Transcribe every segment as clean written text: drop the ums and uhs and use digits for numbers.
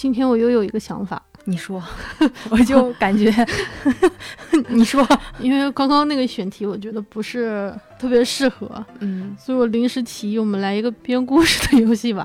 今天我又有一个想法， 你说，我就感觉，你说， 因为刚刚那个选题我觉得不是特别适合，所以我临时提议我们来一个编故事的游戏吧。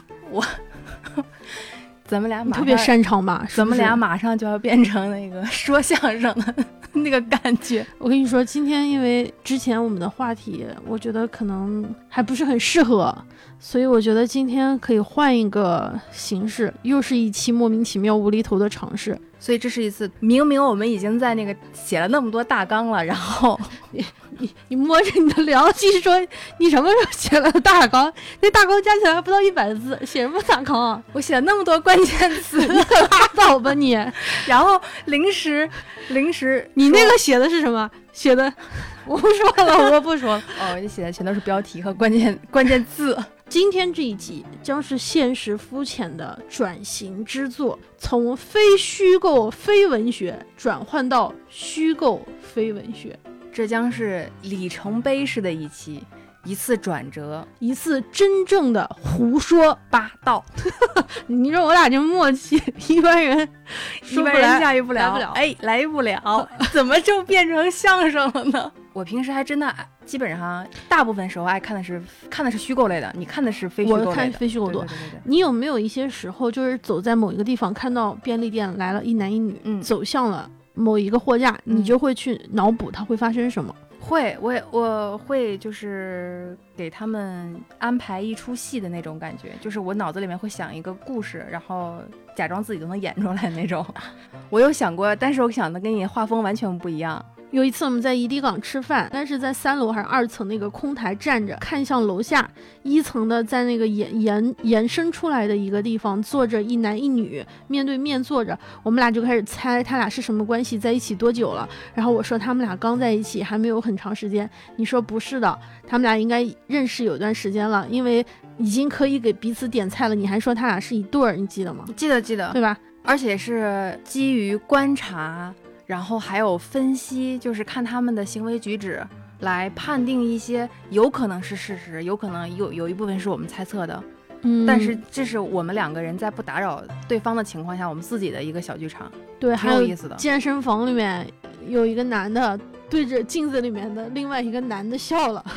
咱们俩特别擅长吧？ 咱们俩马上就要变成那个说相声的那个感觉。 我跟你说，今天因为之前我们的话题，我觉得可能还不是很适合，所以我觉得今天可以换一个形式，又是一期莫名其妙无厘头的尝试。 所以这是一次明明我们已经在那个写了那么多大纲了，然后你摸着你的良心说，你什么时候写了大纲？那大纲加起来还不到100字，写什么大纲啊？ 我写了那么多关键词， 你拉倒吧你！ 然后临时， 你那个写的是什么？写的我不说了，我不说了。 哦，你写的全都是标题和关键字。 今天这一集将是现实肤浅的转型之作，从非虚构非文学转换到虚构非文学， 这将是里程碑式的一次转折， 一次真正的胡说八道。你说我俩这默契，一般人驾驭不了，来不了，怎么就变成相声了呢？我平时还真的基本上大部分时候爱看的是虚构类的，你看的是非虚构类的。 我看非虚构多。 对。 你有没有一些时候就是走在某一个地方，看到便利店来了一男一女，走向了某一个货架，你就会去脑补它会发生什么？ 会，我会就是给他们安排一出戏的那种感觉，就是我脑子里面会想一个故事，然后假装自己都能演出来那种。我有想过，但是我想的跟你画风完全不一样。 有一次我们在怡迪港吃饭，但是在3楼还是2层那个空台站着，看向楼下1层的，在那个延伸出来的一个地方坐着一男一女，面对面坐着，我们俩就开始猜他俩是什么关系，在一起多久了。然后我说他们俩刚在一起，还没有很长时间。你说不是的，他们俩应该认识有段时间了，因为已经可以给彼此点菜了。你还说他俩是一对儿，你记得吗？ 记得， 对吧？ 而且是基于观察，然后还有分析，就是看他们的行为举止来判定一些有可能是事实，有可能有一部分是我们猜测的。但是这是我们2个人在不打扰对方的情况下，我们自己的一个小剧场。 对， 挺有意思的。 健身房里面有一个男的对着镜子里面的另外一个男的笑了。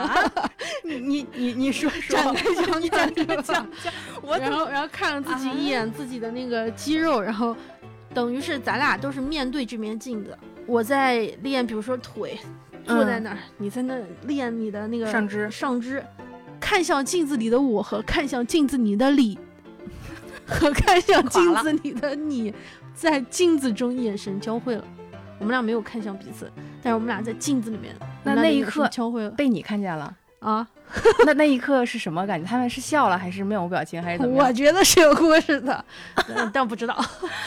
你说展开讲，然后看了自己一眼自己的那个肌肉，然后等于是咱俩都是面对这面镜子，我在练，比如说腿坐在那儿，你在那练你的那个上肢，看向镜子里的我和看向镜子里的你和看向镜子里的你在镜子中眼神交汇了。我们俩没有看向彼此，但是我们俩在镜子里面， 那一刻交汇了， 被你看见了啊。 那一刻是什么感觉？他们是笑了还是面无表情还是怎么样？ 我觉得是有故事的，但不知道。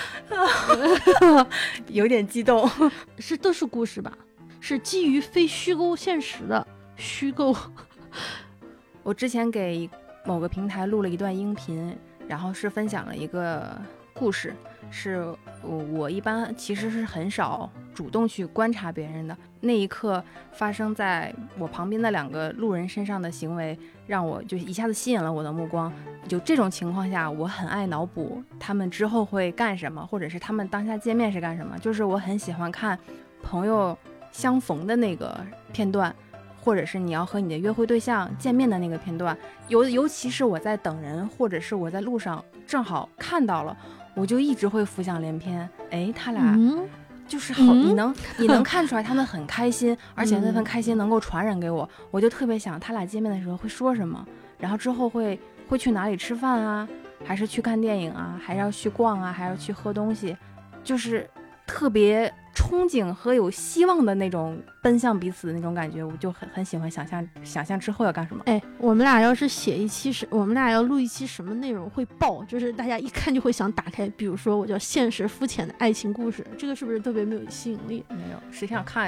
有点激动。 都是故事吧，是基于非虚构现实的虚构。 我之前给某个平台录了一段音频，然后是分享了一个故事，是我一般其实是很少主动去观察别人的，那一刻发生在我旁边的2个路人身上的行为让我就一下子吸引了我的目光。就这种情况下，我很爱脑补他们之后会干什么，或者是他们当下见面是干什么。就是我很喜欢看朋友相逢的那个片段，或者是你要和你的约会对象见面的那个片段，尤其是我在等人，或者是我在路上正好看到了，我就一直会浮想联翩。他俩就是好，你能看出来他们很开心，而且那份开心能够传染给我，我就特别想他俩见面的时候会说什么，然后之后会去哪里吃饭啊，还是去看电影啊，还是要去逛啊，还要去喝东西，就是特别憧憬和有希望的那种奔向彼此的那种感觉，我就很喜欢想象之后要干什么。 我们俩要是写一期我们俩要录一期什么内容会爆，就是大家一看就会想打开，比如说我叫现实肤浅的爱情故事，这个是不是特别没有吸引力？ 没有，谁想看？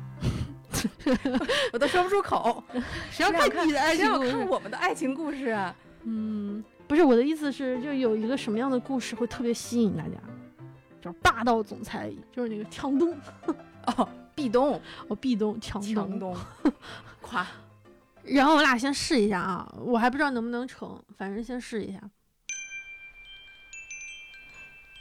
我都说不出口。 谁要看你的爱情故事？ 谁要看我们的爱情故事啊？ 不是，我的意思是，就有一个什么样的故事会特别吸引大家？就是霸道总裁，就是那个强东。 壁咚， 壁咚，强东，夸。 然后我俩先试一下啊，我还不知道能不能成，反正先试一下。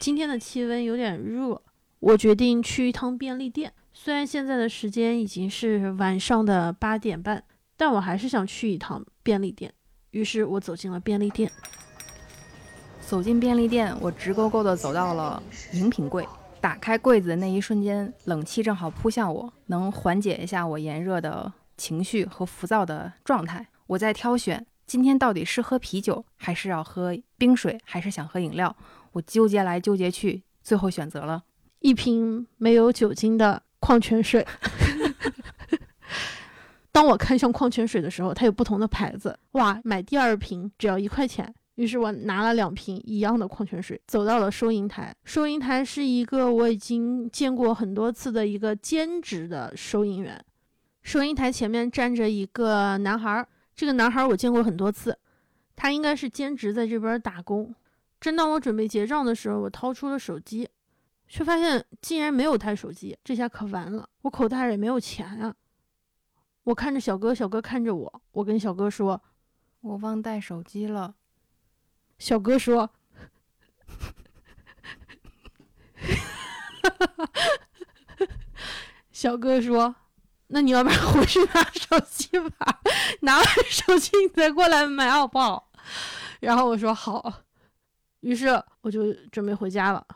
今天的气温有点热，我决定去一趟便利店。虽然现在的时间已经是晚上的8点半，但我还是想去一趟便利店。于是我走进了便利店。 走进便利店，我直勾勾地走到了饮品柜。打开柜子的那一瞬间，冷气正好扑向我，能缓解一下我炎热的情绪和浮躁的状态。我在挑选今天到底是喝啤酒，还是要喝冰水，还是想喝饮料。我纠结来纠结去，最后选择了一瓶没有酒精的矿泉水。当我看向矿泉水的时候，它有不同的牌子，哇，买第2瓶只要1块钱。于是我拿了2瓶一样的矿泉水，走到了收银台。收银台是一个我已经见过很多次的一个兼职的收银员。收银台前面站着一个男孩，这个男孩我见过很多次，他应该是兼职在这边打工。正当我准备结账的时候，我掏出了手机，却发现竟然没有带手机，这下可完了，我口袋也没有钱啊。我看着小哥，小哥看着我，我跟小哥说， 我忘带手机了。 小哥说小哥说，那你要不然回去拿手机吧，拿完手机你再过来买好不好？然后我说好，于是我就准备回家了。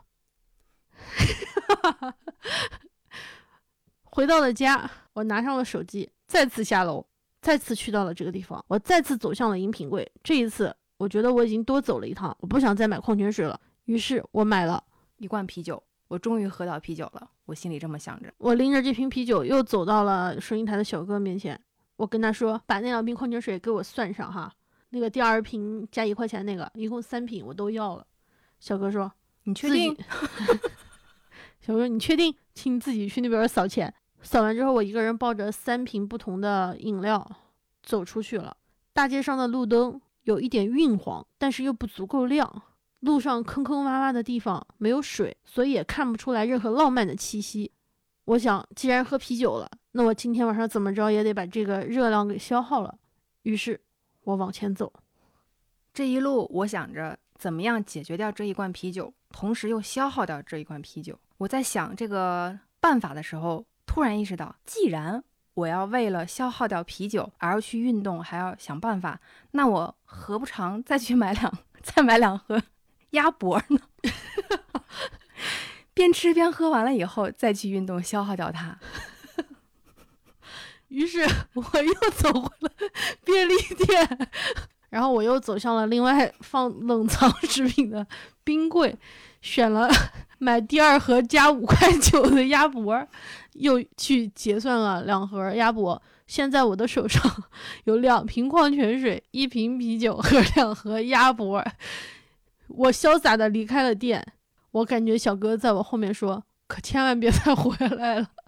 回到了家，我拿上了手机，再次下楼，再次去到了这个地方，我再次走向了饮品柜。这一次我觉得我已经多走了一趟，我不想再买矿泉水了，于是我买了 1罐啤酒。我终于喝到啤酒了，我心里这么想着。 我拎着这瓶啤酒又走到了收银台的小哥面前，我跟他说，把那2瓶矿泉水给我算上哈，那个第2瓶加1块钱那个，一共3瓶我都要了。小哥说， 你确定？ 小哥，你确定？请你自己去那边扫钱。扫完之后，我一个人抱着3瓶不同的饮料走出去了。大街上的路灯有一点晕黄，但是又不足够亮。路上坑坑洼洼的地方没有水，所以也看不出来任何浪漫的气息。我想，既然喝啤酒了，那我今天晚上怎么着也得把这个热量给消耗了。于是我往前走。 这一路我想着怎么样解决掉这1罐啤酒，同时又消耗掉这1罐啤酒。我在想这个办法的时候，突然意识到，既然我要为了消耗掉啤酒而要去运动，还要想办法，那我何不常再买2盒鸭脖呢？边吃边喝完了以后再去运动，消耗掉它。 于是我又走回了便利店，然后我又走向了另外放冷藏食品的冰柜，选了买第2盒加5块9的鸭脖，又去结算了2盒鸭脖。现在我的手上有2瓶矿泉水、1瓶啤酒和2盒鸭脖。我潇洒的离开了店，我感觉小哥在我后面说，可千万别再回来了。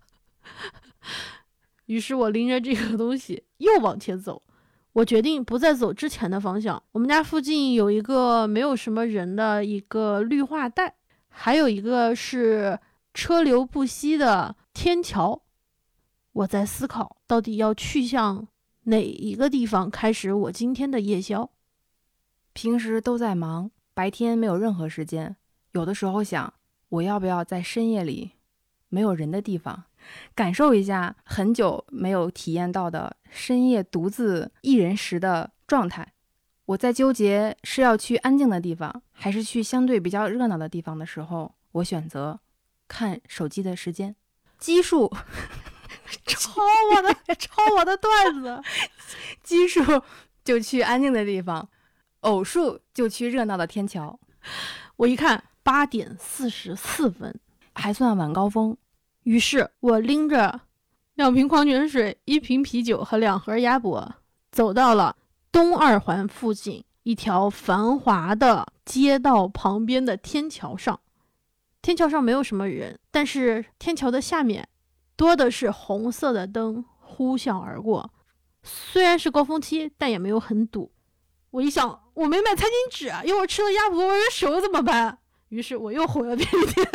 于是我拎着这个东西又往前走，我决定不再走之前的方向。我们家附近有一个没有什么人的一个绿化带，还有一个是车流不息的天桥。我在思考，到底要去向哪一个地方开始我今天的夜宵。 平时都在忙，白天没有任何时间，有的时候想，我要不要在深夜里没有人的地方感受一下很久没有体验到的深夜独自一人时的状态。我在纠结是要去安静的地方，还是去相对比较热闹的地方的时候，我选择看手机的时间。奇数抄我的段子。 奇数就去安静的地方，偶数就去热闹的天桥。 我一看8点44分， 还算晚高峰。 于是我拎着2瓶矿泉水、1瓶啤酒和2盒鸭脖，走到了东2环附近一条繁华的街道旁边的天桥上。天桥上没有什么人，但是天桥的下面多的是红色的灯呼啸而过。虽然是高峰期，但也没有很堵。我一想，我没买餐巾纸啊，一会儿吃了鸭脖，我的手怎么办？于是我又回了便利店。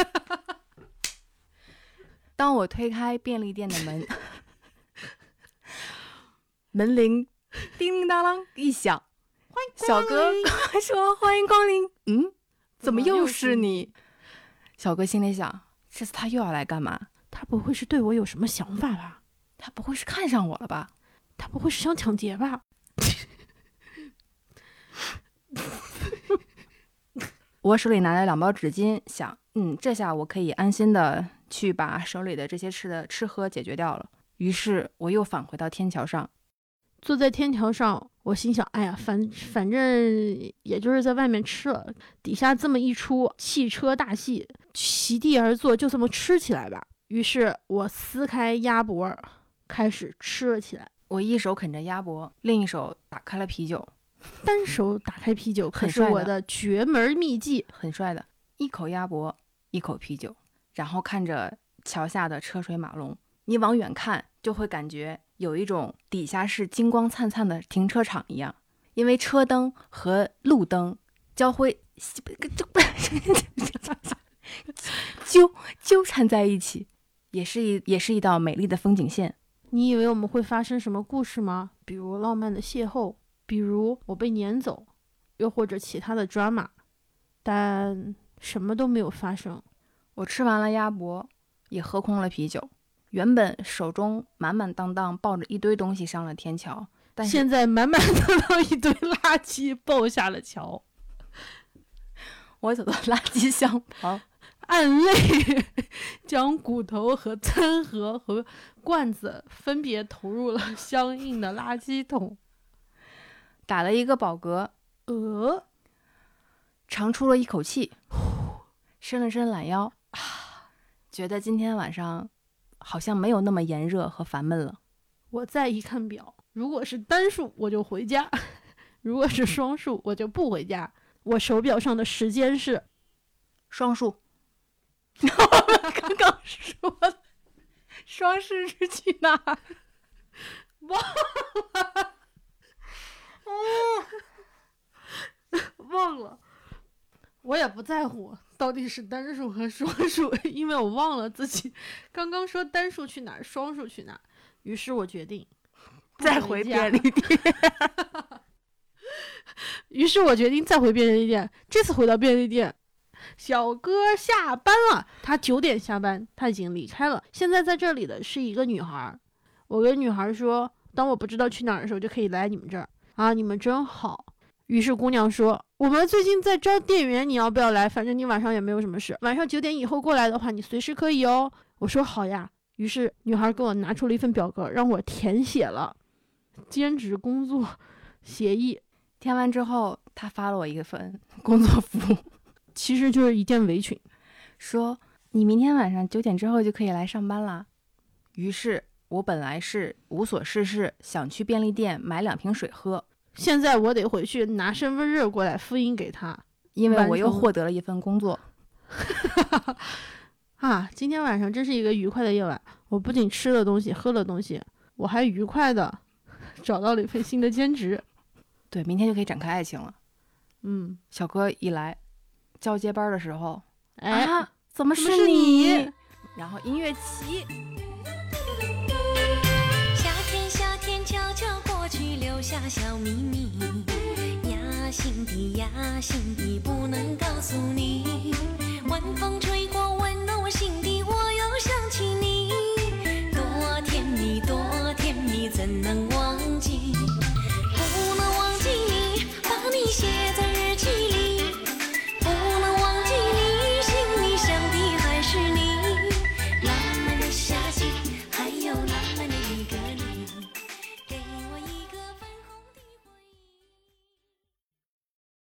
当我推开便利店的门，门铃叮叮当当一响，小哥说欢迎光临。怎么又是你？ 小哥心里想，这次他又要来干嘛？ 他不会是对我有什么想法吧？ 他不会是看上我了吧？ 他不会是想抢劫吧？ 我手里拿着2包纸巾，想，这下我可以安心的去把手里的这些吃喝解决掉了。于是我又返回到天桥上， 坐在天桥上，我心想，哎呀，反正也就是在外面吃了，底下这么一出汽车大戏，席地而坐，就这么吃起来吧。于是我撕开鸭脖，开始吃了起来。 我一手啃着鸭脖，另一手打开了啤酒。 单手打开啤酒可是我的绝门秘技， 很帅的。一口鸭脖，一口啤酒，然后看着桥下的车水马龙，你往远看就会感觉有一种底下是金光灿灿的停车场一样，因为车灯和路灯交汇纠缠在一起，也是一道美丽的风景线。 你以为我们会发生什么故事吗？比如浪漫的邂逅，比如我被撵走，又或者其他的 drama， 但什么都没有发生。 我吃完了鸭脖，也喝空了啤酒，原本手中满满当当抱着一堆东西上了天桥，但现在满满当当一堆垃圾抱下了桥。 我走到垃圾箱旁， 按类将骨头和餐盒和罐子分别投入了相应的垃圾桶， 打了一个饱嗝，长出了一口气，伸了伸懒腰，觉得今天晚上好像没有那么炎热和烦闷了。 我再一看表，如果是单数我就回家，如果是双数我就不回家。我手表上的时间是双数。我们刚刚说双数是去哪儿？ 忘了。忘了，我也不在乎到底是单数和双数，因为我忘了自己刚刚说单数去哪儿，双数去哪儿。于是我决定再回便利店。 于是我决定再回便利店。这次回到便利店，小哥下班了，他9点下班，他已经离开了。现在在这里的是一个女孩，我跟女孩说，当我不知道去哪儿的时候，就可以来你们这儿啊，你们真好。于是姑娘说，我们最近在招店员，你要不要来？反正你晚上也没有什么事，晚上9点以后过来的话，你随时可以哦。我说好呀。于是女孩给我拿出了一份表格，让我填写了兼职工作协议。 填完之后，她发了我一份工作服， 其实就是一件围裙， 说你明天晚上9点之后就可以来上班啦。于是我本来是无所事事，想去便利店买2瓶水喝， 现在我得回去拿身份证过来复印给他， 因为我又获得了一份工作。 啊，今天晚上真是一个愉快的夜晚，我不仅吃了东西喝了东西，我还愉快的找到了一份新的兼职。 对，明天就可以展开爱情了。小哥一来交接班的时候，怎么是你？然后音乐起， 夏天夏天悄悄过去，留下小秘密，压心底不能告诉你，晚风吹过温暖我心底。